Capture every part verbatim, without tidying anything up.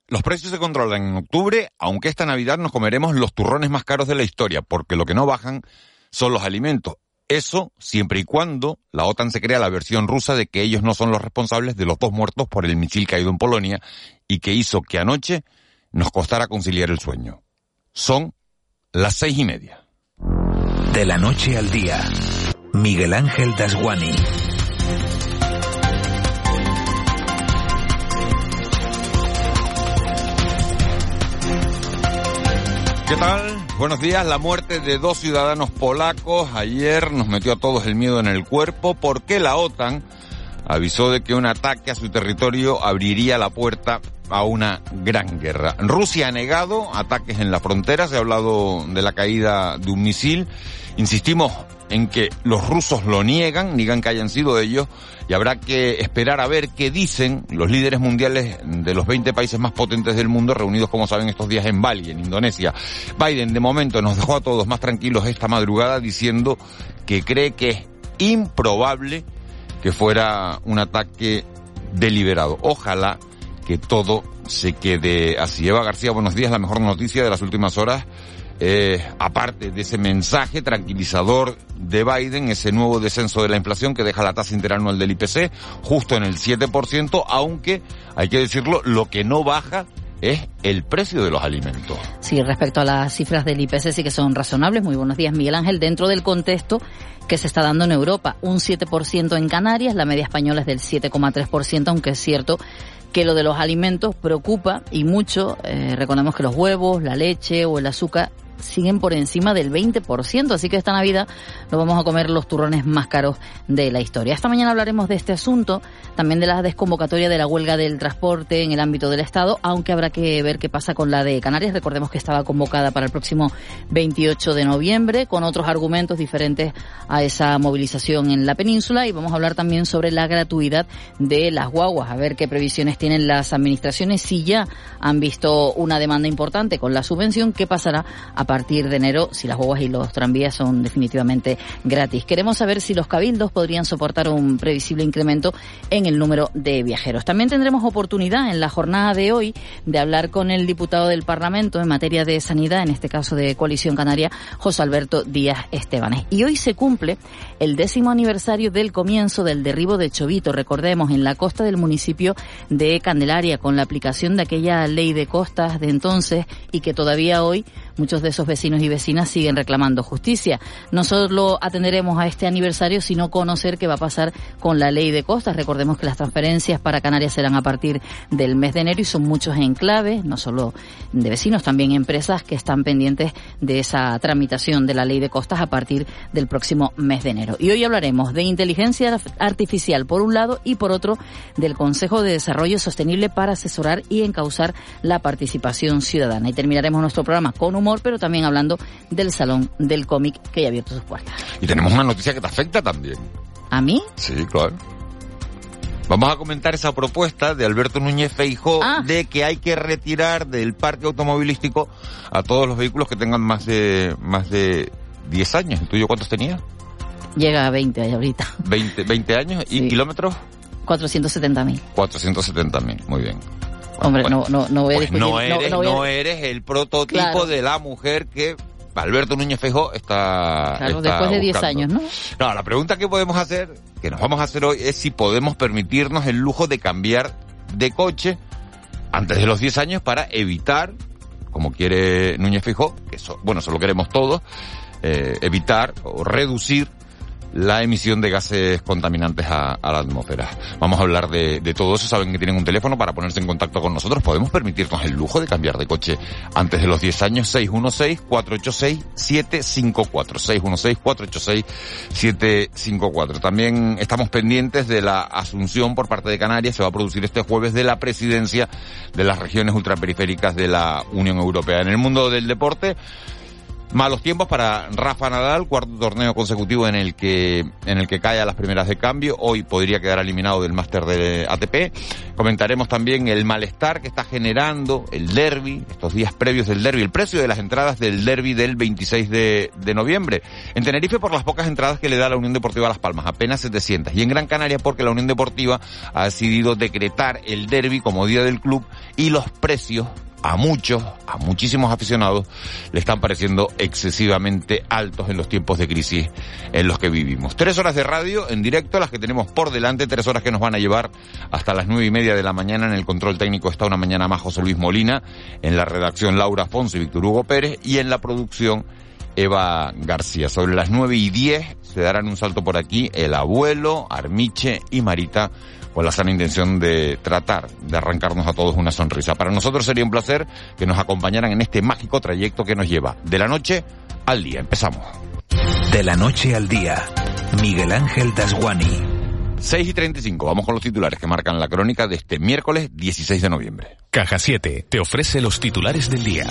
Los precios se controlan en octubre, aunque esta Navidad nos comeremos los turrones más caros de la historia, porque lo que no bajan son los alimentos. Eso siempre y cuando la OTAN se crea la versión rusa de que ellos no son los responsables de los dos muertos por el misil caído en Polonia y que hizo que anoche nos costara conciliar el sueño. Son las seis y media. De la noche al día, Miguel Ángel Dasguani. ¿Qué tal? Buenos días. La muerte de dos ciudadanos polacos ayer nos metió a todos el miedo en el cuerpo porque la OTAN avisó de que un ataque a su territorio abriría la puerta a una gran guerra. Rusia ha negado ataques en la frontera, se ha hablado de la caída de un misil. Insistimos en que los rusos lo niegan, niegan que hayan sido ellos, y habrá que esperar a ver qué dicen los líderes mundiales de los veinte países más potentes del mundo, reunidos, como saben, estos días en Bali, en Indonesia. Biden, de momento, nos dejó a todos más tranquilos esta madrugada diciendo que cree que es improbable que fuera un ataque deliberado. Ojalá que todo se quede así. Eva García, buenos días. La mejor noticia de las últimas horas, eh, aparte de ese mensaje tranquilizador de Biden, ese nuevo descenso de la inflación que deja la tasa interanual del I P C justo en el siete por ciento, aunque, hay que decirlo, lo que no baja es el precio de los alimentos. Sí, respecto a las cifras del I P C sí que son razonables. Muy buenos días, Miguel Ángel. Dentro del contexto que se está dando en Europa, un siete por ciento en Canarias, la media española es del siete coma tres por ciento, aunque es cierto que lo de los alimentos preocupa y mucho. Eh, recordemos que los huevos, la leche o el azúcar siguen por encima del veinte por ciento, así que esta Navidad nos vamos a comer los turrones más caros de la historia. Esta mañana hablaremos de este asunto, también de la desconvocatoria de la huelga del transporte en el ámbito del Estado, aunque habrá que ver qué pasa con la de Canarias. Recordemos que estaba convocada para el próximo veintiocho de noviembre, con otros argumentos diferentes a esa movilización en la península, y vamos a hablar también sobre la gratuidad de las guaguas, a ver qué previsiones tienen las administraciones, si ya han visto una demanda importante con la subvención, qué pasará a A partir de enero, si las guaguas y los tranvías son definitivamente gratis. Queremos saber si los cabildos podrían soportar un previsible incremento en el número de viajeros. También tendremos oportunidad en la jornada de hoy de hablar con el diputado del Parlamento en materia de sanidad, en este caso de Coalición Canaria, José Alberto Díaz Estebanes. Y hoy se cumple el décimo aniversario del comienzo del derribo de Chovito, recordemos, en la costa del municipio de Candelaria, con la aplicación de aquella ley de costas de entonces, y que todavía hoy muchos de esos vecinos y vecinas siguen reclamando justicia. No solo atenderemos a este aniversario, sino conocer qué va a pasar con la ley de costas. Recordemos que las transferencias para Canarias serán a partir del mes de enero y son muchos enclaves, no solo de vecinos, también empresas que están pendientes de esa tramitación de la ley de costas a partir del próximo mes de enero. Y hoy hablaremos de inteligencia artificial por un lado y por otro del Consejo de Desarrollo Sostenible para asesorar y encauzar la participación ciudadana. Y terminaremos nuestro programa con humor, pero también hablando del Salón del Cómic que ya ha abierto sus puertas. Y tenemos una noticia que te afecta también. ¿A mí? Sí, claro. Vamos a comentar esa propuesta de Alberto Núñez Feijóo ah. de que hay que retirar del parque automovilístico a todos los vehículos que tengan más de más de diez años. ¿El tuyo cuántos tenía? Llega a veinte ahí ahorita. veinte, veinte años. ¿Y sí. Kilómetros? cuatrocientos setenta mil. cuatrocientos setenta mil, muy bien. Hombre, bueno, no, no, no voy a pues discutir. no eres, no, no, no a... eres el prototipo claro. de la mujer que Alberto Núñez Feijóo está Claro, está después de diez buscando. años, ¿no? No, la pregunta que podemos hacer, que nos vamos a hacer hoy, es si podemos permitirnos el lujo de cambiar de coche antes de los diez años para evitar, como quiere Núñez Feijóo, que eso, bueno, eso lo queremos todos, eh, evitar o reducir la emisión de gases contaminantes a, a la atmósfera. Vamos a hablar de, de todo eso. Saben que tienen un teléfono para ponerse en contacto con nosotros. ¿Podemos permitirnos el lujo de cambiar de coche antes de los diez años? seis uno seis, cuatro ocho seis, siete cinco cuatro. seis uno seis, cuatro ocho seis, siete cinco cuatro. También estamos pendientes de la asunción por parte de Canarias. Se va a producir este jueves de la presidencia de las regiones ultraperiféricas de la Unión Europea. En el mundo del deporte, Malos tiempos para Rafa Nadal, cuarto torneo consecutivo en el que en el que cae a las primeras de cambio. Hoy podría quedar eliminado del Máster de A T P. Comentaremos también el malestar que está generando el derbi, estos días previos del derbi, el precio de las entradas del derbi del veintiséis de noviembre. En Tenerife por las pocas entradas que le da la Unión Deportiva Las Palmas, apenas setecientas. Y en Gran Canaria porque la Unión Deportiva ha decidido decretar el derbi como día del club y los precios a muchos, a muchísimos aficionados, le están pareciendo excesivamente altos en los tiempos de crisis en los que vivimos. Tres horas de radio en directo, las que tenemos por delante, tres horas que nos van a llevar hasta las nueve y media de la mañana. En el control técnico está una mañana más José Luis Molina, en la redacción Laura Afonso y Víctor Hugo Pérez, y en la producción Eva García. Sobre las nueve y diez se darán un salto por aquí el abuelo, Armiche y Marita, con la sana intención de tratar de arrancarnos a todos una sonrisa. Para nosotros sería un placer que nos acompañaran en este mágico trayecto que nos lleva de la noche al día. Empezamos. De la noche al día, Miguel Ángel Dasguani. seis y treinta y cinco, vamos con los titulares que marcan la crónica de este miércoles dieciséis de noviembre. Caja siete te ofrece los titulares del día.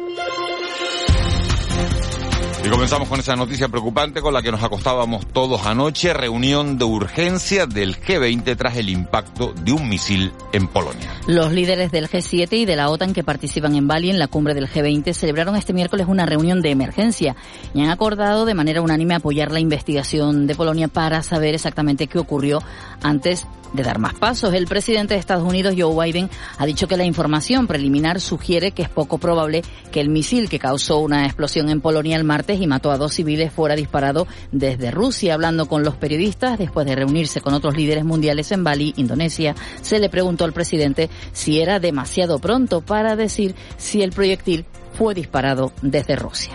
Y comenzamos con esa noticia preocupante con la que nos acostábamos todos anoche. Reunión de urgencia del G veinte tras el impacto de un misil en Polonia. Los líderes del G siete y de la OTAN que participan en Bali en la cumbre del G veinte celebraron este miércoles una reunión de emergencia y han acordado de manera unánime apoyar la investigación de Polonia para saber exactamente qué ocurrió antes de dar más pasos. El presidente de Estados Unidos, Joe Biden, ha dicho que la información preliminar sugiere que es poco probable que el misil que causó una explosión en Polonia el martes y mató a dos civiles fuera disparado desde Rusia. Hablando con los periodistas después de reunirse con otros líderes mundiales en Bali, Indonesia, se le preguntó al presidente si era demasiado pronto para decir si el proyectil fue disparado desde Rusia.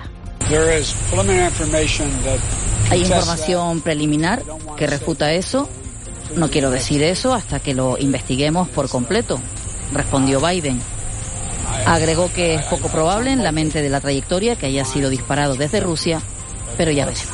Hay información preliminar que refuta eso. No quiero decir eso hasta que lo investiguemos por completo, respondió Biden. Agregó que es poco probable en la mente de la trayectoria que haya sido disparado desde Rusia, pero ya veremos.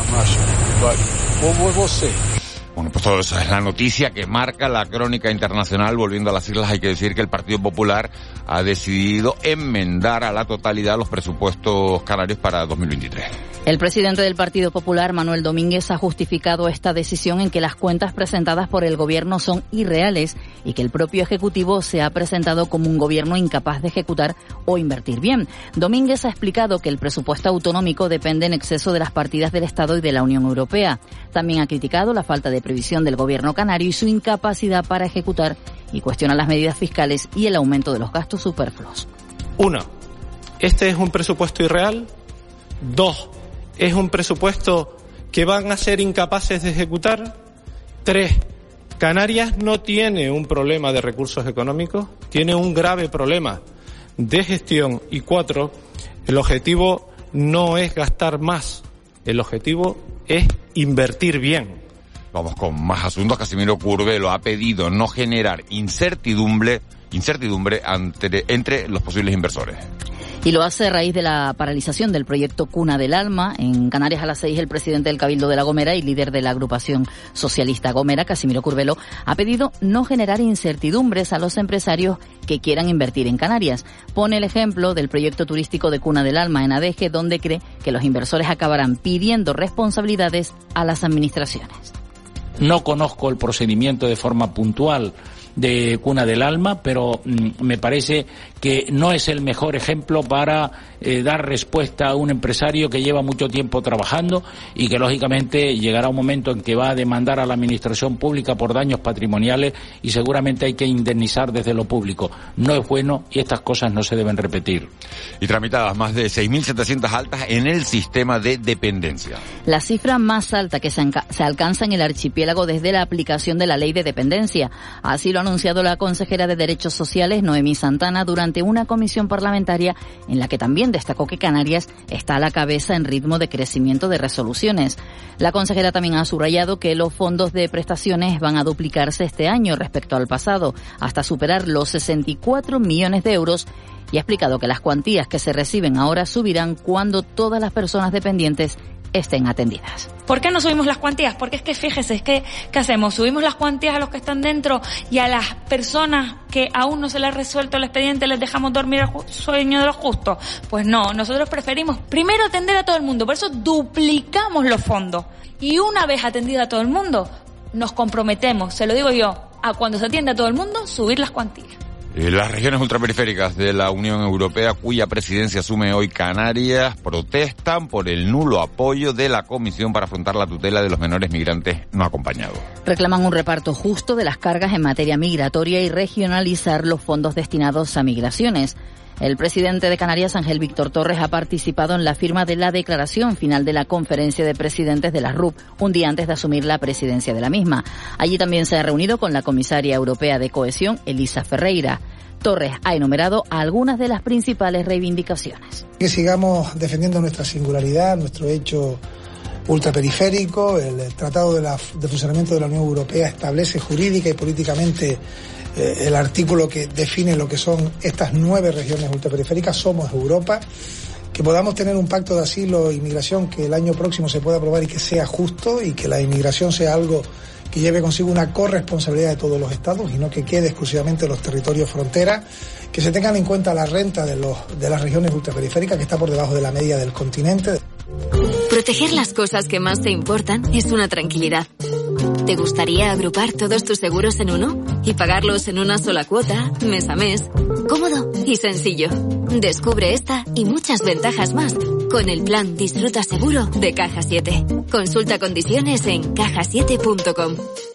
Bueno, pues todo eso es la noticia que marca la crónica internacional. Volviendo a las islas, hay que decir que el Partido Popular ha decidido enmendar a la totalidad los presupuestos canarios para dos mil veintitrés. El presidente del Partido Popular, Manuel Domínguez, ha justificado esta decisión en que las cuentas presentadas por el gobierno son irreales y que el propio Ejecutivo se ha presentado como un gobierno incapaz de ejecutar o invertir bien. Domínguez ha explicado que el presupuesto autonómico depende en exceso de las partidas del Estado y de la Unión Europea. También ha criticado la falta de previsión del gobierno canario y su incapacidad para ejecutar y cuestiona las medidas fiscales y el aumento de los gastos superfluos. Uno, este es un presupuesto irreal. Dos, es un presupuesto que van a ser incapaces de ejecutar. Tres, Canarias no tiene un problema de recursos económicos, tiene un grave problema de gestión. Y cuatro, el objetivo no es gastar más, el objetivo es invertir bien. Vamos con más asuntos. Casimiro Curbelo ha pedido no generar incertidumbre, incertidumbre entre, entre los posibles inversores. Y lo hace a raíz de la paralización del proyecto Cuna del Alma. En Canarias a las seis, el presidente del Cabildo de La Gomera y líder de la agrupación socialista Gomera, Casimiro Curbelo, ha pedido no generar incertidumbres a los empresarios que quieran invertir en Canarias. Pone el ejemplo del proyecto turístico de Cuna del Alma en Adeje, donde cree que los inversores acabarán pidiendo responsabilidades a las administraciones. No conozco el procedimiento de forma puntual de Cuna del Alma, pero mm, me parece que no es el mejor ejemplo para eh, dar respuesta a un empresario que lleva mucho tiempo trabajando y que lógicamente llegará un momento en que va a demandar a la administración pública por daños patrimoniales y seguramente hay que indemnizar desde lo público. No es bueno y estas cosas no se deben repetir. Y tramitadas más de seis mil setecientas altas en el sistema de dependencia. La cifra más alta que se, se alcanza en el archipiélago desde la aplicación de la ley de dependencia. Así lo ha anunciado la consejera de Derechos Sociales, Noemí Santana, durante una comisión parlamentaria en la que también destacó que Canarias está a la cabeza en ritmo de crecimiento de resoluciones. La consejera también ha subrayado que los fondos de prestaciones van a duplicarse este año respecto al pasado, hasta superar los sesenta y cuatro millones de euros, y ha explicado que las cuantías que se reciben ahora subirán cuando todas las personas dependientes estén atendidas. ¿Por qué no subimos las cuantías? Porque es que fíjese, es que ¿qué hacemos? ¿Subimos las cuantías a los que están dentro y a las personas que aún no se les ha resuelto el expediente les dejamos dormir el sueño de los justos? Pues no, nosotros preferimos primero atender a todo el mundo, por eso duplicamos los fondos. Y una vez atendido a todo el mundo, nos comprometemos, se lo digo yo, a cuando se atienda a todo el mundo, subir las cuantías. Las regiones ultraperiféricas de la Unión Europea, cuya presidencia asume hoy Canarias, protestan por el nulo apoyo de la Comisión para afrontar la tutela de los menores migrantes no acompañados. Reclaman un reparto justo de las cargas en materia migratoria y regionalizar los fondos destinados a migraciones. El presidente de Canarias, Ángel Víctor Torres, ha participado en la firma de la declaración final de la Conferencia de Presidentes de la R U P, un día antes de asumir la presidencia de la misma. Allí también se ha reunido con la comisaria europea de Cohesión, Elisa Ferreira. Torres ha enumerado algunas de las principales reivindicaciones. Que sigamos defendiendo nuestra singularidad, nuestro hecho ultraperiférico. El Tratado de, la, de Funcionamiento de la Unión Europea establece jurídica y políticamente eh, el artículo que define lo que son estas nueve regiones ultraperiféricas. Somos Europa. Que podamos tener un pacto de asilo e inmigración que el año próximo se pueda aprobar y que sea justo y que la inmigración sea algo que lleve consigo una corresponsabilidad de todos los estados y no que quede exclusivamente en los territorios frontera, que se tengan en cuenta la renta de, los, de las regiones ultraperiféricas, que está por debajo de la media del continente. Proteger las cosas que más te importan es una tranquilidad. ¿Te gustaría agrupar todos tus seguros en uno y pagarlos en una sola cuota, mes a mes? Cómodo y sencillo. Descubre esta y muchas ventajas más con el plan Disfruta Seguro de Caja siete. Consulta condiciones en caja siete punto com.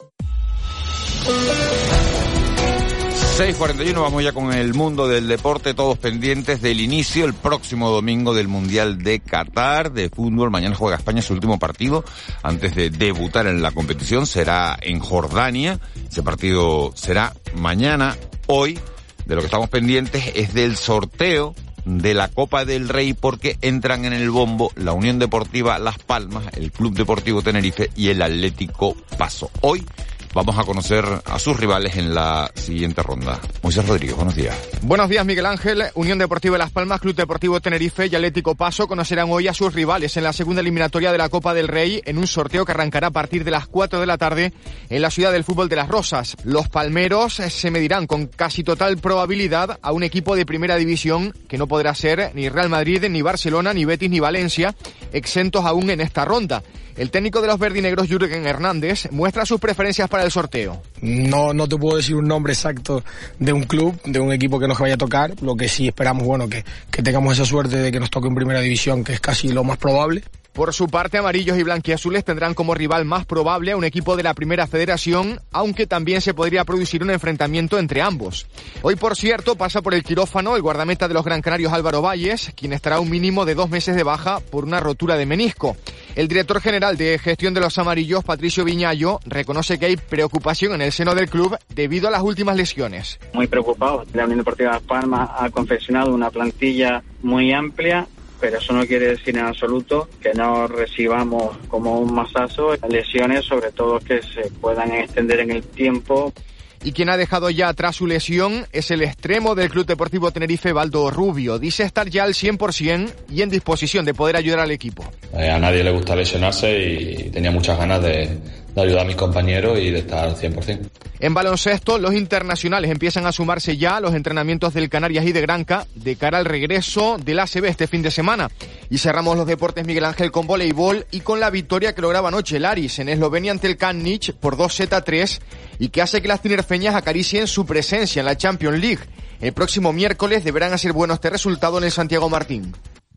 seis cuarenta y uno, vamos ya con el mundo del deporte, todos pendientes del inicio el próximo domingo del Mundial de Qatar de fútbol. Mañana juega España su último partido antes de debutar en la competición, será en Jordania. Ese partido será mañana. Hoy, de lo que estamos pendientes es del sorteo de la Copa del Rey, porque entran en el bombo la Unión Deportiva Las Palmas, el Club Deportivo Tenerife y el Atlético Paso. Hoy vamos a conocer a sus rivales en la siguiente ronda. Moisés Rodríguez, buenos días. Buenos días, Miguel Ángel. Unión Deportiva Las Palmas, Club Deportivo Tenerife y Atlético Paso conocerán hoy a sus rivales en la segunda eliminatoria de la Copa del Rey en un sorteo que arrancará a partir de las cuatro de la tarde en la ciudad del fútbol de Las Rozas. Los palmeros se medirán con casi total probabilidad a un equipo de primera división que no podrá ser ni Real Madrid, ni Barcelona, ni Betis, ni Valencia, exentos aún en esta ronda. El técnico de los verdinegros, Jürgen Hernández, muestra sus preferencias para el sorteo. No, no te puedo decir un nombre exacto de un club, de un equipo que nos vaya a tocar. Lo que sí esperamos, bueno, que, que tengamos esa suerte de que nos toque en primera división, que es casi lo más probable. Por su parte, amarillos y blanquiazules tendrán como rival más probable a un equipo de la Primera Federación, aunque también se podría producir un enfrentamiento entre ambos. Hoy, por cierto, pasa por el quirófano el guardameta de los Gran Canarios, Álvaro Valles, quien estará un mínimo de dos meses de baja por una rotura de menisco. El director general de gestión de los amarillos, Patricio Viñallo, reconoce que hay preocupación en el seno del club debido a las últimas lesiones. Muy preocupado. La Unión Deportiva Las Palmas ha confeccionado una plantilla muy amplia, pero eso no quiere decir en absoluto que no recibamos como un mazazo lesiones, sobre todo que se puedan extender en el tiempo. Y quien ha dejado ya atrás su lesión es el extremo del Club Deportivo Tenerife, Baldo Rubio. Dice estar ya al cien por ciento y en disposición de poder ayudar al equipo. Eh, a nadie le gusta lesionarse y tenía muchas ganas de, de ayudar a mis compañeros y de estar al cien por ciento. En baloncesto, los internacionales empiezan a sumarse ya a los entrenamientos del Canarias y de Granca de cara al regreso del A C B este fin de semana. Y cerramos los deportes, Miguel Ángel, con voleibol y con la victoria que lograba anoche el Aris en Eslovenia ante el Kanich por dos sets a tres y que hace que las tinerfeñas acaricien su presencia en la Champions League. El próximo miércoles deberán hacer bueno este resultado en el Santiago Martín.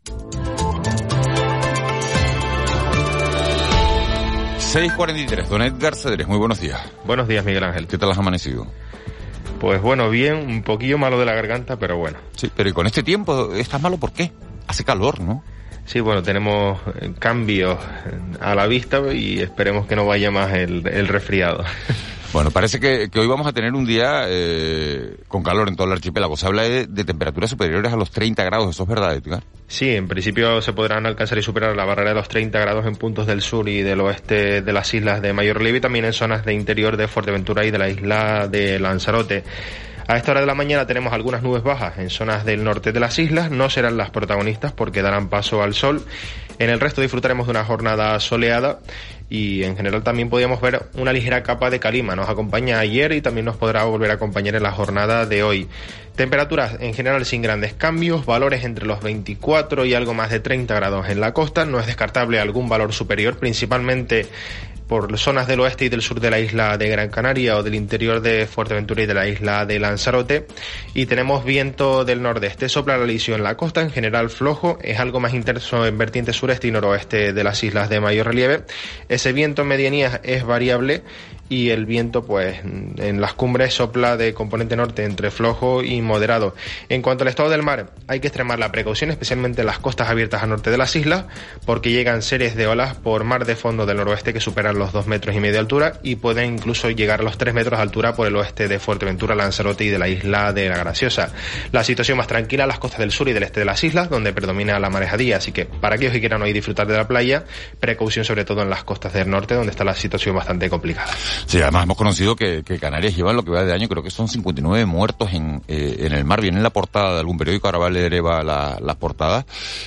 seis cuarenta y tres, don Edgar Cedrés, muy buenos días. Buenos días, Miguel Ángel. ¿Qué tal has amanecido? Pues bueno, bien, un poquillo malo de la garganta, pero bueno. Sí, pero ¿y con este tiempo estás malo por qué? Hace calor, ¿no? Sí, bueno, tenemos cambios a la vista y esperemos que no vaya más el, el resfriado. Bueno, parece que, que hoy vamos a tener un día eh, con calor en todo el archipiélago. Se habla de, de temperaturas superiores a los treinta grados, ¿eso es verdad, Edgar? Sí, en principio se podrán alcanzar y superar la barrera de los treinta grados en puntos del sur y del oeste de las islas de mayor relieve y también en zonas de interior de Fuerteventura y de la isla de Lanzarote. A esta hora de la mañana tenemos algunas nubes bajas en zonas del norte de las islas, no serán las protagonistas porque darán paso al sol. En el resto disfrutaremos de una jornada soleada y en general también podríamos ver una ligera capa de calima. Nos acompaña ayer y también nos podrá volver a acompañar en la jornada de hoy. Temperaturas en general sin grandes cambios, valores entre los veinticuatro y algo más de treinta grados en la costa. No es descartable algún valor superior, principalmente por zonas del oeste y del sur de la isla de Gran Canaria o del interior de Fuerteventura y de la isla de Lanzarote. Y tenemos viento del nordeste, sopla la alisión en la costa, en general flojo, es algo más intenso en vertiente sureste y noroeste de las islas de mayor relieve. Ese viento en medianías es variable y el viento pues en las cumbres sopla de componente norte entre flojo y moderado. En cuanto al estado del mar, hay que extremar la precaución, especialmente en las costas abiertas al norte de las islas, porque llegan series de olas por mar de fondo del noroeste que superan los dos metros y medio de altura y pueden incluso llegar a los tres metros de altura por el oeste de Fuerteventura, Lanzarote y de la isla de La Graciosa. La situación más tranquila en las costas del sur y del este de las islas, donde predomina la marejadía, así que para aquellos que quieran hoy disfrutar de la playa, precaución sobre todo en las costas del norte, donde está la situación bastante complicada. Sí, además hemos conocido que, que Canarias lleva lo que va de año, creo que son cincuenta y nueve muertos en, eh, en el mar. Viene en la portada de algún periódico, ahora va a leer Eva la, las portadas,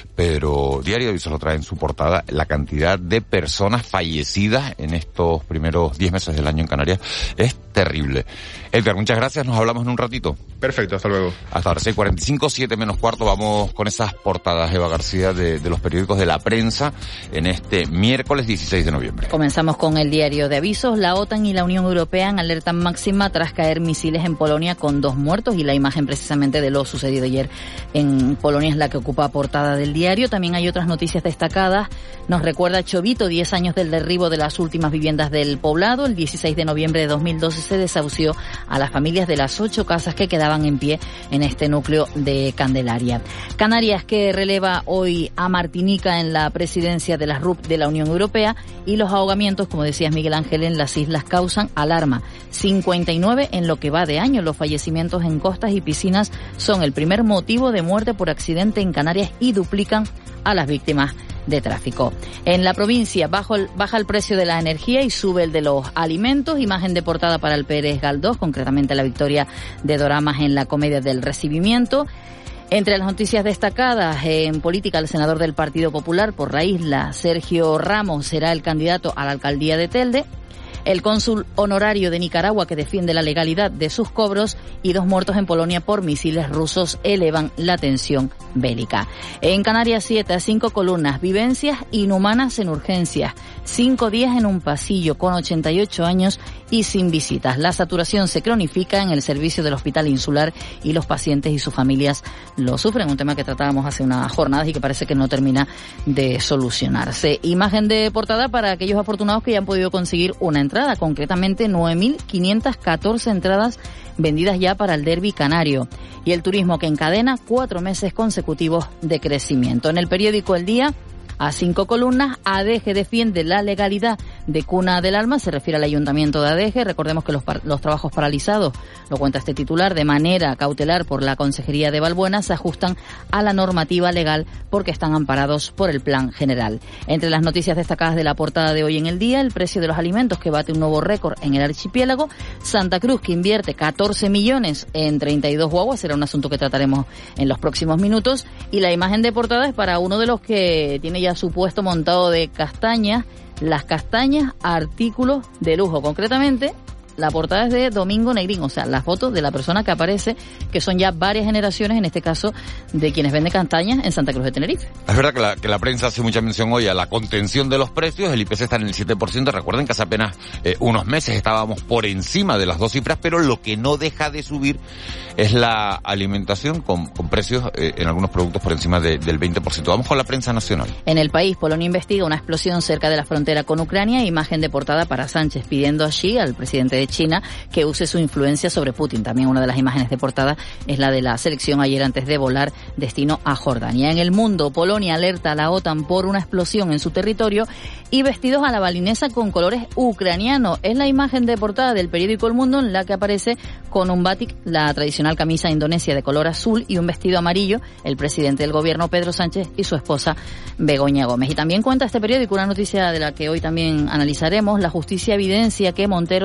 pero Diario de Avisos lo trae en su portada, la cantidad de personas fallecidas en estos primeros diez meses del año en Canarias es terrible. Edgar, muchas gracias, nos hablamos en un ratito. Perfecto, hasta luego. Hasta ahora, seis cuarenta y cinco, siete menos cuarto, vamos con esas portadas, Eva García, de, de los periódicos de la prensa en este miércoles dieciséis de noviembre. Comenzamos con el Diario de Avisos. La OTAN y la Unión Europea en alerta máxima tras caer misiles en Polonia con dos muertos, y la imagen precisamente de lo sucedido ayer en Polonia es la que ocupa portada del diario. También hay otras noticias destacadas. Nos recuerda Chovito, diez años del derribo de las últimas viviendas del poblado. El dieciséis de noviembre de dos mil doce se desahució a las familias de las ocho casas que quedaban en pie en este núcleo de Candelaria. Canarias, que releva hoy a Martinica en la presidencia de las R U P de la Unión Europea, y los ahogamientos, como decías Miguel Ángel, en las islas causan alarma. cincuenta y nueve en lo que va de año. Los fallecimientos en costas y piscinas son el primer motivo de muerte por accidente en Canarias y duplican a las víctimas de tráfico. En la provincia bajo el, baja el precio de la energía y sube el de los alimentos. Imagen de portada para el Pérez Galdós, concretamente la victoria de Doramas en la comedia del recibimiento. Entre las noticias destacadas en política, el senador del Partido Popular por la isla, Sergio Ramos, será el candidato a la alcaldía de Telde. El cónsul honorario de Nicaragua, que defiende la legalidad de sus cobros, y dos muertos en Polonia por misiles rusos elevan la tensión bélica. En Canarias siete a cinco columnas, vivencias inhumanas en urgencias, cinco días en un pasillo con ochenta y ocho años y sin visitas. La saturación se cronifica en el servicio del Hospital Insular y los pacientes y sus familias lo sufren, un tema que tratábamos hace unas jornadas y que parece que no termina de solucionarse. Imagen de portada para aquellos afortunados que ya han podido conseguir una entrada, concretamente nueve mil quinientas catorce entradas vendidas ya para el derbi canario, y el turismo que encadena cuatro meses consecutivos de crecimiento. En el periódico El Día, a cinco columnas, Adeje defiende la legalidad de Cuna del Alma, se refiere al ayuntamiento de Adeje. Recordemos que los, los trabajos paralizados, lo cuenta este titular, de manera cautelar por la Consejería de Balbuena, se ajustan a la normativa legal porque están amparados por el Plan General. Entre las noticias destacadas de la portada de hoy en El Día, el precio de los alimentos que bate un nuevo récord en el archipiélago, Santa Cruz que invierte catorce millones en treinta y dos guaguas, será un asunto que trataremos en los próximos minutos, y la imagen de portada es para uno de los que tiene ya su puesto montado de castañas, las castañas artículos de lujo. Concretamente, la portada es de Domingo Negrín, o sea, la foto de la persona que aparece, que son ya varias generaciones, en este caso, de quienes venden castañas en Santa Cruz de Tenerife. Es verdad que la, que la prensa hace mucha mención hoy a la contención de los precios. El I P C está en el siete por ciento. Recuerden que hace apenas eh, unos meses estábamos por encima de las dos cifras, pero lo que no deja de subir es la alimentación, con, con precios eh, en algunos productos por encima de, del veinte por ciento. Vamos con la prensa nacional. En El País, Polonia investiga una explosión cerca de la frontera con Ucrania. Imagen de portada para Sánchez pidiendo allí al presidente de China que use su influencia sobre Putin. También una de las imágenes de portada es la de la selección ayer antes de volar destino a Jordania. En El Mundo, Polonia alerta a la OTAN por una explosión en su territorio y vestidos a la balinesa con colores ucranianos. Es la imagen de portada del periódico El Mundo, en la que aparece con un batik, la tradicional camisa indonesia de color azul, y un vestido amarillo el presidente del gobierno Pedro Sánchez y su esposa Begoña Gómez. Y también cuenta este periódico una noticia de la que hoy también analizaremos. La justicia evidencia que Montero desprotegió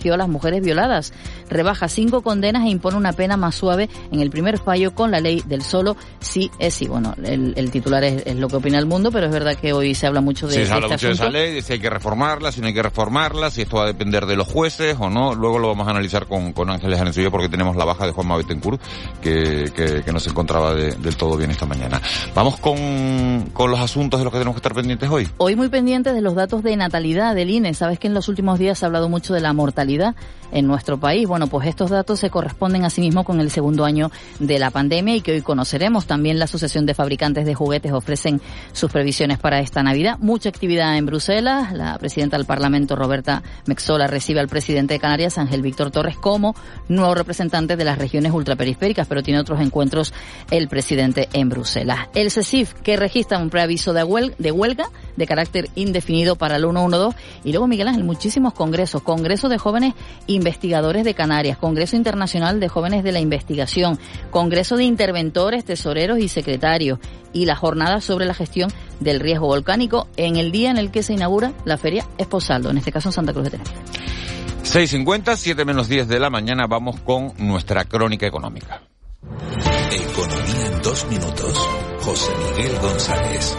protegió a las mujeres violadas. Rebaja cinco condenas e impone una pena más suave en el primer fallo con la ley del solo sí es sí. Bueno, el, el titular es, es lo que opina el mundo, pero es verdad que hoy se habla mucho de, sí, de se habla este mucho asunto. de esa ley, de si hay que reformarla, si no hay que reformarla, si esto va a depender de los jueces o no. Luego lo vamos a analizar con, con Ángeles Arencibia porque tenemos la baja de Juanma Bettencourt que, que, que no se encontraba de, del todo bien esta mañana. Vamos con, con los asuntos de los que tenemos que estar pendientes hoy. Hoy muy pendientes de los datos de natalidad del I N E. Sabes que en los últimos días se ha hablado mucho de la mortalidad en nuestro país. Bueno, pues estos datos se corresponden asimismo con el segundo año de la pandemia y que hoy conoceremos. También la Asociación de Fabricantes de Juguetes ofrecen sus previsiones para esta Navidad. Mucha actividad en Bruselas. La presidenta del Parlamento, Roberta Metsola, recibe al presidente de Canarias, Ángel Víctor Torres, como nuevo representante de las regiones ultraperiféricas, pero tiene otros encuentros el presidente en Bruselas. El CECIF, que registra un preaviso de huelga, de huelga de carácter indefinido para el ciento doce. Y luego, Miguel Ángel, muchísimos congresos. Congreso de Jóvenes Investigadores de Canarias, Congreso Internacional de Jóvenes de la Investigación, Congreso de Interventores, Tesoreros y Secretarios, y la jornada sobre la gestión del riesgo volcánico en el día en el que se inaugura la Feria Esposaldo, en este caso en Santa Cruz de Tenerife. seis cincuenta, siete menos diez de la mañana, vamos con nuestra crónica económica. Economía en dos minutos. José Miguel González.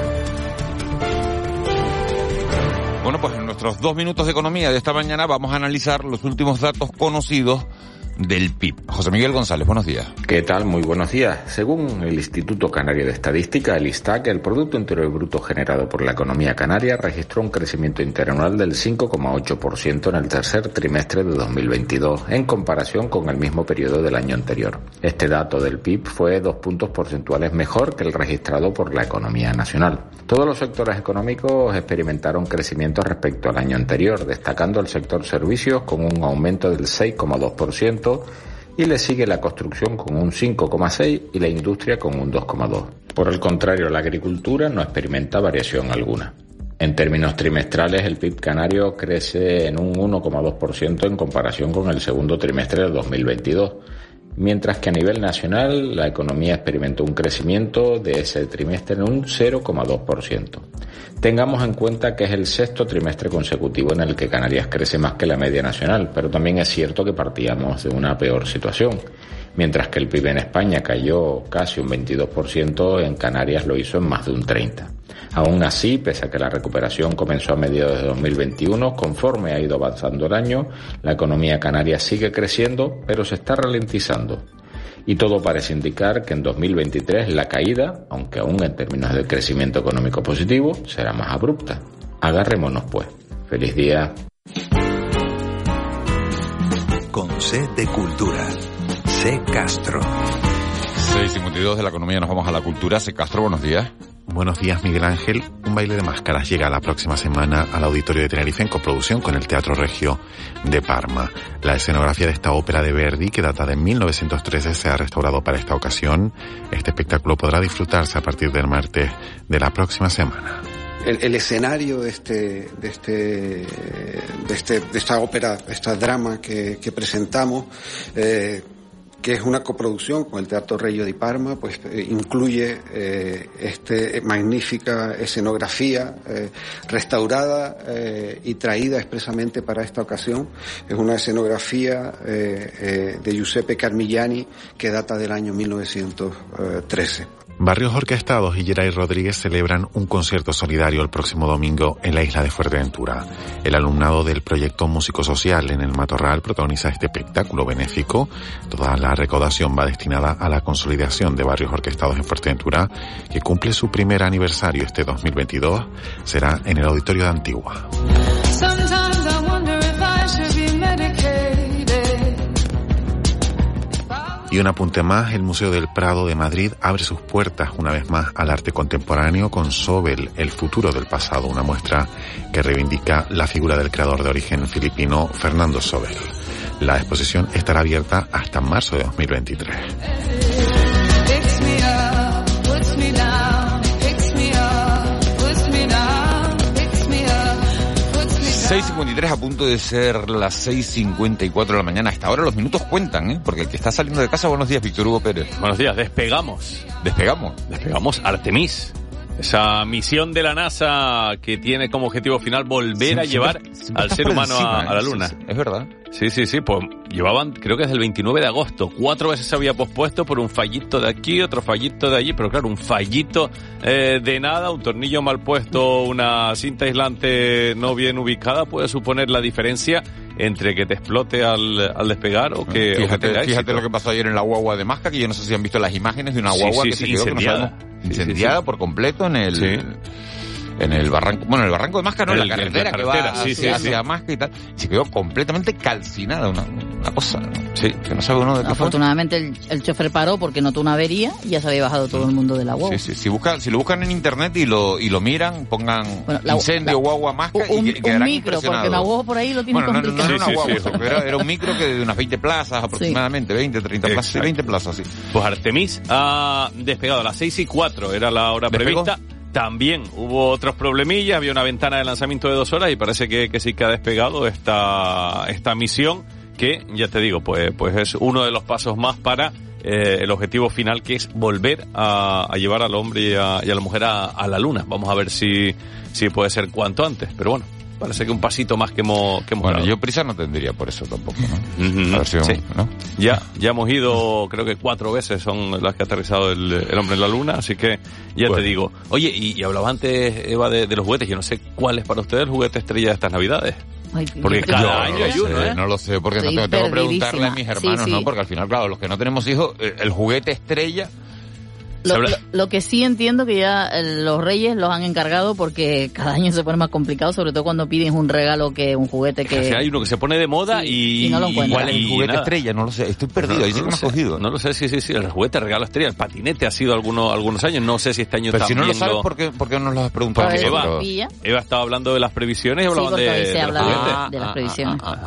Bueno, pues en nuestros dos minutos de economía de esta mañana vamos a analizar los últimos datos conocidos del P I B. José Miguel González, buenos días. ¿Qué tal? Muy buenos días. Según el Instituto Canario de Estadística, el ISTAC, el Producto Interior Bruto generado por la economía canaria registró un crecimiento interanual del cinco coma ocho por ciento en el tercer trimestre de dos mil veintidós, en comparación con el mismo periodo del año anterior. Este dato del P I B fue dos puntos porcentuales mejor que el registrado por la economía nacional. Todos los sectores económicos experimentaron crecimiento respecto al año anterior, destacando el sector servicios con un aumento del seis coma dos por ciento, y le sigue la construcción con un cinco coma seis por ciento y la industria con un dos coma dos por ciento. Por el contrario, la agricultura no experimenta variación alguna. En términos trimestrales, el P I B canario crece en un uno coma dos por ciento en comparación con el segundo trimestre de dos mil veintidós, mientras que a nivel nacional la economía experimentó un crecimiento de ese trimestre en un cero coma dos por ciento. Tengamos en cuenta que es el sexto trimestre consecutivo en el que Canarias crece más que la media nacional, pero también es cierto que partíamos de una peor situación. Mientras que el P I B en España cayó casi un veintidós por ciento, en Canarias lo hizo en más de un treinta por ciento. Aún así, pese a que la recuperación comenzó a mediados de dos mil veintiuno, conforme ha ido avanzando el año, la economía canaria sigue creciendo, pero se está ralentizando. Y todo parece indicar que en dos mil veintitrés la caída, aunque aún en términos de crecimiento económico positivo, será más abrupta. Agarrémonos pues. ¡Feliz día! Con C de Cultura. C. Castro. seis cincuenta y dos de la economía, nos vamos a la cultura. C. Castro, buenos días. Buenos días, Miguel Ángel. Un baile de máscaras llega la próxima semana al Auditorio de Tenerife en coproducción con el Teatro Regio de Parma. La escenografía de esta ópera de Verdi, que data de mil novecientos trece, se ha restaurado para esta ocasión. Este espectáculo podrá disfrutarse a partir del martes de la próxima semana. El, el escenario de este, de este, de este, de esta ópera, esta drama que, que presentamos, eh, que es una coproducción con el Teatro Regio di Parma, pues eh, incluye eh, este magnífica escenografía eh, restaurada eh, y traída expresamente para esta ocasión. Es una escenografía eh, eh, de Giuseppe Carmigliani que data del año mil novecientos trece. Barrios Orquestados y Geray Rodríguez celebran un concierto solidario el próximo domingo en la isla de Fuerteventura. El alumnado del proyecto Músico Social en el Matorral protagoniza este espectáculo benéfico. Toda la recaudación va destinada a la consolidación de Barrios Orquestados en Fuerteventura, que cumple su primer aniversario este dos mil veintidós. Será en el Auditorio de Antigua. Y un apunte más, el Museo del Prado de Madrid abre sus puertas una vez más al arte contemporáneo con Sobel, el futuro del pasado, una muestra que reivindica la figura del creador de origen filipino Fernando Sobel. La exposición estará abierta hasta marzo de dos mil veintitrés. seis cincuenta y tres, a punto de ser las seis cincuenta y cuatro de la mañana. Hasta ahora los minutos cuentan, ¿eh? Porque el que está saliendo de casa, buenos días, Víctor Hugo Pérez. Buenos días, despegamos. ¿Despegamos? Despegamos Artemis. Esa misión de la NASA que tiene como objetivo final volver sí, a llevar siempre, siempre al ser humano encima, a, a la Luna. Sí, sí, es verdad. Sí, sí, sí, pues llevaban, creo que desde el veintinueve de agosto. Cuatro veces se había pospuesto por un fallito de aquí, otro fallito de allí, pero claro, un fallito eh, de nada, un tornillo mal puesto, una cinta aislante no bien ubicada puede suponer la diferencia entre que te explote al, al despegar o que... Fíjate, o que fíjate lo que pasó ayer en la guagua de Masca, que yo no sé si han visto las imágenes de una guagua sí, sí, que sí, se quedó incendiada. Que no sabemos, incendiada sí, sí. por completo en el... Sí. En el barranco, bueno, el barranco de Masca, no, en la carretera, la carretera que va sí, sí, hacia sí. Masca y tal. Se quedó completamente calcinada, una, una cosa, ¿no? Sí. Que no sabe uno de qué Afortunadamente el, el chofer paró porque notó una avería y ya se había bajado todo el mundo de la guagua. Sí, sí. Si, busca, si lo buscan en internet y lo y lo miran, pongan bueno, la, incendio, la, guagua, Masca un, y quedarán un micro, porque una guagua por ahí lo tiene bueno, complicado. No, no, no, no sí, era una sí, guagua, sí, era, era un micro que de unas veinte plazas aproximadamente, sí. veinte, treinta plazas, sí, veinte plazas, sí. Pues Artemis ha despegado a las seis y cuatro, era la hora ¿Despegó? prevista. También hubo otros problemillas, había una ventana de lanzamiento de dos horas y parece que, que sí que ha despegado esta, esta misión que, ya te digo, pues, pues es uno de los pasos más para eh, el objetivo final, que es volver a, a llevar al hombre y a, y a la mujer a, a la Luna. Vamos a ver si, si puede ser cuanto antes, pero bueno. Parece que un pasito más que hemos, que hemos Bueno, dado. yo prisa no tendría por eso tampoco, ¿no? Mm-hmm. A ver si sí. vamos, ¿no? Ya, ya hemos ido, creo que cuatro veces son las que ha aterrizado el, el hombre en la Luna, así que ya bueno. te digo. Oye, y, y hablaba antes, Eva, de, de los juguetes. Yo no sé cuál es para ustedes el juguete estrella de estas Navidades. Ay, porque yo, cada yo año no hay uno, sé, ¿eh? No lo sé, porque no tengo, tengo que preguntarle a mis hermanos, sí, sí. ¿no? Porque al final, claro, los que no tenemos hijos, el juguete estrella... Lo, lo, lo que sí entiendo que ya los Reyes los han encargado porque cada año se pone más complicado, sobre todo cuando piden un regalo que un juguete que... Hay uno que se pone de moda sí, y... y no lo encuentra. ¿Cuál es el juguete estrella? No lo sé, estoy perdido, no, ahí sí no que me has sé, cogido. No lo sé, sí, sí, sí, el juguete, el regalo estrella, el patinete ha sido algunos, algunos años, no sé si este año pero también... Pero si no lo sabes, lo... ¿por qué, ¿por qué no nos lo has preguntado? Porque Eva, pero... Eva estaba hablando de las previsiones y hablaban sí, de, ahí se de habla los juguetes. De las previsiones. Ah,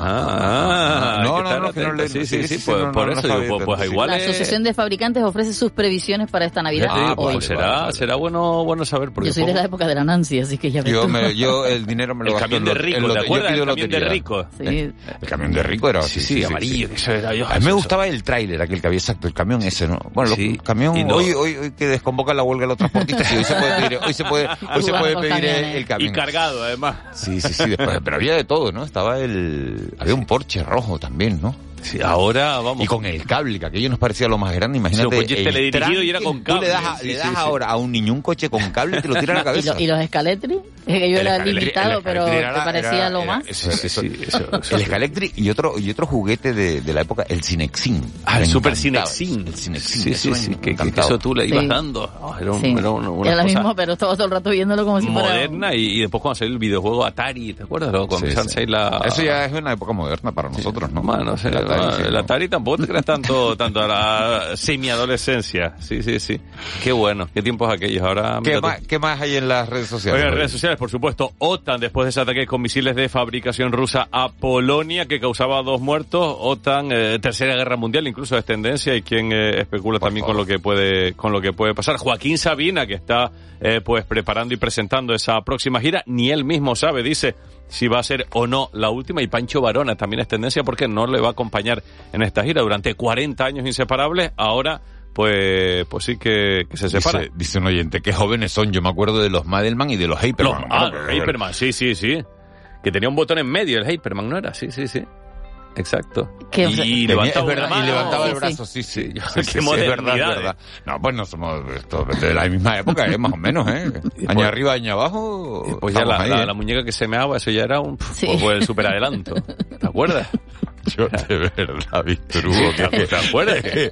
ah, ah, no, no, no, que no le... Sí, sí, sí, por eso digo, pues igual... La Asociación de Fabricantes ofrece sus previsiones para esta Navidad hoy. Será, será bueno, bueno saber. Porque yo soy de la época de la Nancy, así que ya ves yo, me, yo el dinero me lo gasto en el camión de rico, ¿te acuerdas? El camión de rico. Sí. El camión de rico era sí, sí, sí, amarillo. Sí, sí. Eso era yo. A mí me gustaba el tráiler, aquel que había, exacto, el camión ese, ¿no? Bueno, sí. el camión, no. hoy, hoy, hoy que desconvoca la huelga de los transportistas, hoy se puede pedir, hoy se puede, hoy se puede pedir el, el camión. Y cargado, además. Sí, sí, sí, después, pero había de todo, ¿no? Estaba el, había un Porsche rojo también, ¿no? Sí, ahora vamos. Y con el cable, que aquello nos parecía lo más grande, imagínate. Sí, el teledirigido y era con cable. Tú le das, a, sí, le das sí, ahora sí. a un niño un coche con cable y te lo tira a la cabeza. ¿Y, lo, y los Scalectri? Es que yo el era limitado, pero te parecía era, lo era, más. Eso, eso, eso, eso, eso, el Scalectri y otro, y otro juguete de, de la época, el Cinexin. Ah, el Super Cinexin. El Cinexin. Sí, sí, sí, que, que eso tú le ibas sí. dando. Oh, era un, sí. era una, una era cosa lo mismo, pero estaba todo el rato viéndolo como si fuera... Moderna, y, y después cuando salió el videojuego Atari, ¿te acuerdas? Cuando sí, sí. la... Eso ya es una época moderna para nosotros, ¿no? Bueno, el Atari, el Atari tampoco te creas tanto, tanto a la semi-adolescencia. Sí, sí, sí. Qué bueno, qué tiempos aquellos. Ahora, ¿Qué más, ¿Qué más hay en las redes sociales? Oye, en redes sociales, por supuesto, OTAN, después de ese ataque con misiles de fabricación rusa a Polonia, que causaba dos muertos. OTAN, eh, tercera guerra mundial, incluso es tendencia, y quien eh, especula por también favor. con lo que puede, con lo que puede pasar. Joaquín Sabina, que está, eh, pues, preparando y presentando esa próxima gira, ni él mismo sabe, dice, si va a ser o no la última. Y Pancho Varona también es tendencia porque no le va a acompañar en esta gira durante cuarenta años inseparables. Ahora pues pues sí que, que se separa. Dice, dice un oyente, qué jóvenes son. Yo me acuerdo de los Madelman y de los Hyperman. Los, ah, los Hyperman, sí, sí, sí. Que tenía un botón en medio, el Hyperman, ¿no era? Sí, sí, sí. Exacto. ¿Qué, y, y levantaba, verdad, mano, y levantaba sí, el brazo, sí, sí. sí, sí, sí, sí, sí es verdad, es verdad. No, pues no somos esto, de la misma época, ¿eh? Más o menos, ¿eh? Año pues, arriba, año abajo. Pues ya la, ahí, la, ¿eh? la muñeca que se meaba, eso ya era un sí. pues, pues el superadelanto. ¿Te acuerdas? Yo de verdad, Víctor Hugo, que, ¿te acuerdas? que,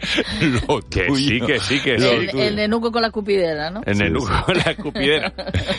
que sí, que sí, que sí. El, el nenuco con la escupidera, ¿no? El nenuco sí, con la escupidera.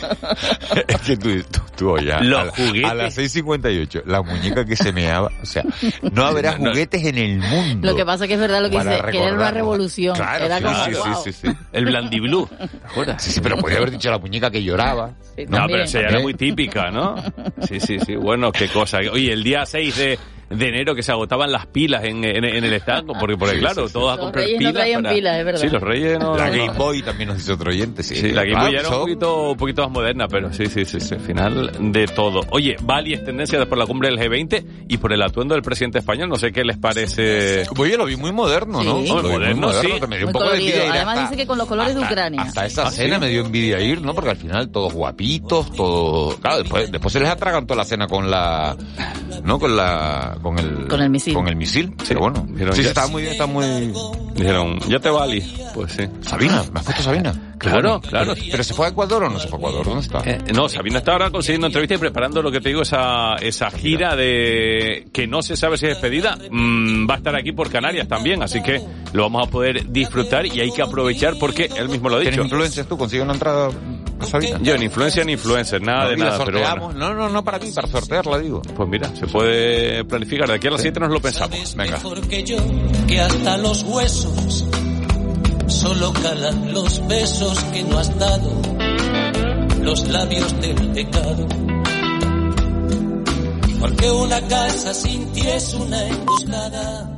Es que tú, tú, tú ya, los a, juguetes. A las seis cincuenta y ocho, la muñeca que se meaba, o sea, no habrá no, juguetes no. en el mundo. Lo que pasa que es verdad lo que dice, que era una revolución. Claro, era sí, como, sí, wow. sí, sí, sí. El Blandiblue, ¿te acuerdas? Sí, sí, pero podría haber dicho la muñeca que lloraba. Sí, no, pero esa era muy típica, ¿no? Sí, sí, sí, bueno, qué cosa. Oye, el día seis de de enero que se agotaban las pilas en, en, en el stand, porque, porque Sí, claro, sí, sí. todos a Los comprar reyes pilas. no traían para... pilas, es verdad. Sí, los reyes no... La no- Game Boy también nos dice otro oyente, sí. Sí, la Game Boy ya era un son- poquito, un poquito más moderna, pero sí, sí, sí, sí, al final de todo. Oye, Bali es tendencia por la cumbre del G veinte y por el atuendo del presidente español, no sé qué les parece... Oye, lo vi muy moderno, ¿no? Sí. Lo vi muy Moderno, sí. que me dio Muy un poco de colorido. envidia ir Además hasta- dice que con los colores de hasta- Ucrania. Hasta esa ¿Ah, cena sí? me dio envidia ir, ¿no? Porque al final todos guapitos, todos... Claro, después, después se les atragantó la cena con la... ¿No? Con la... Con el... Con el misil. Con el misil, pero bueno. Dijeron, Sí, sí, ya- estaba muy bien, está muy... Dijeron, ya te Bali. Pues sí. Sabina, ¿me has puesto Sabina? Qué Claro, bueno. claro. Pero, pero ¿se fue a Ecuador o no se fue a Ecuador? ¿Dónde está? Eh, no, Sabina está ahora consiguiendo entrevistas y preparando lo que te digo, esa, esa gira de que no se sabe si es despedida. Mm, va a estar aquí por Canarias también, así que lo vamos a poder disfrutar y hay que aprovechar porque él mismo lo ha ¿Tienes dicho. influencias tú? ¿Consigues una entrada a Sabina? Yo, ni influencia ni influencer, nada No, de y la nada, pero sorteamos. bueno. No, no, no para mí, para sortearla, digo. Pues mira, se puede planificar. De aquí a las siete nos lo pensamos. Venga. Que yo, que hasta los huesos solo calan los besos que no has dado, los labios del pecado. Porque una casa sin ti es una emboscada.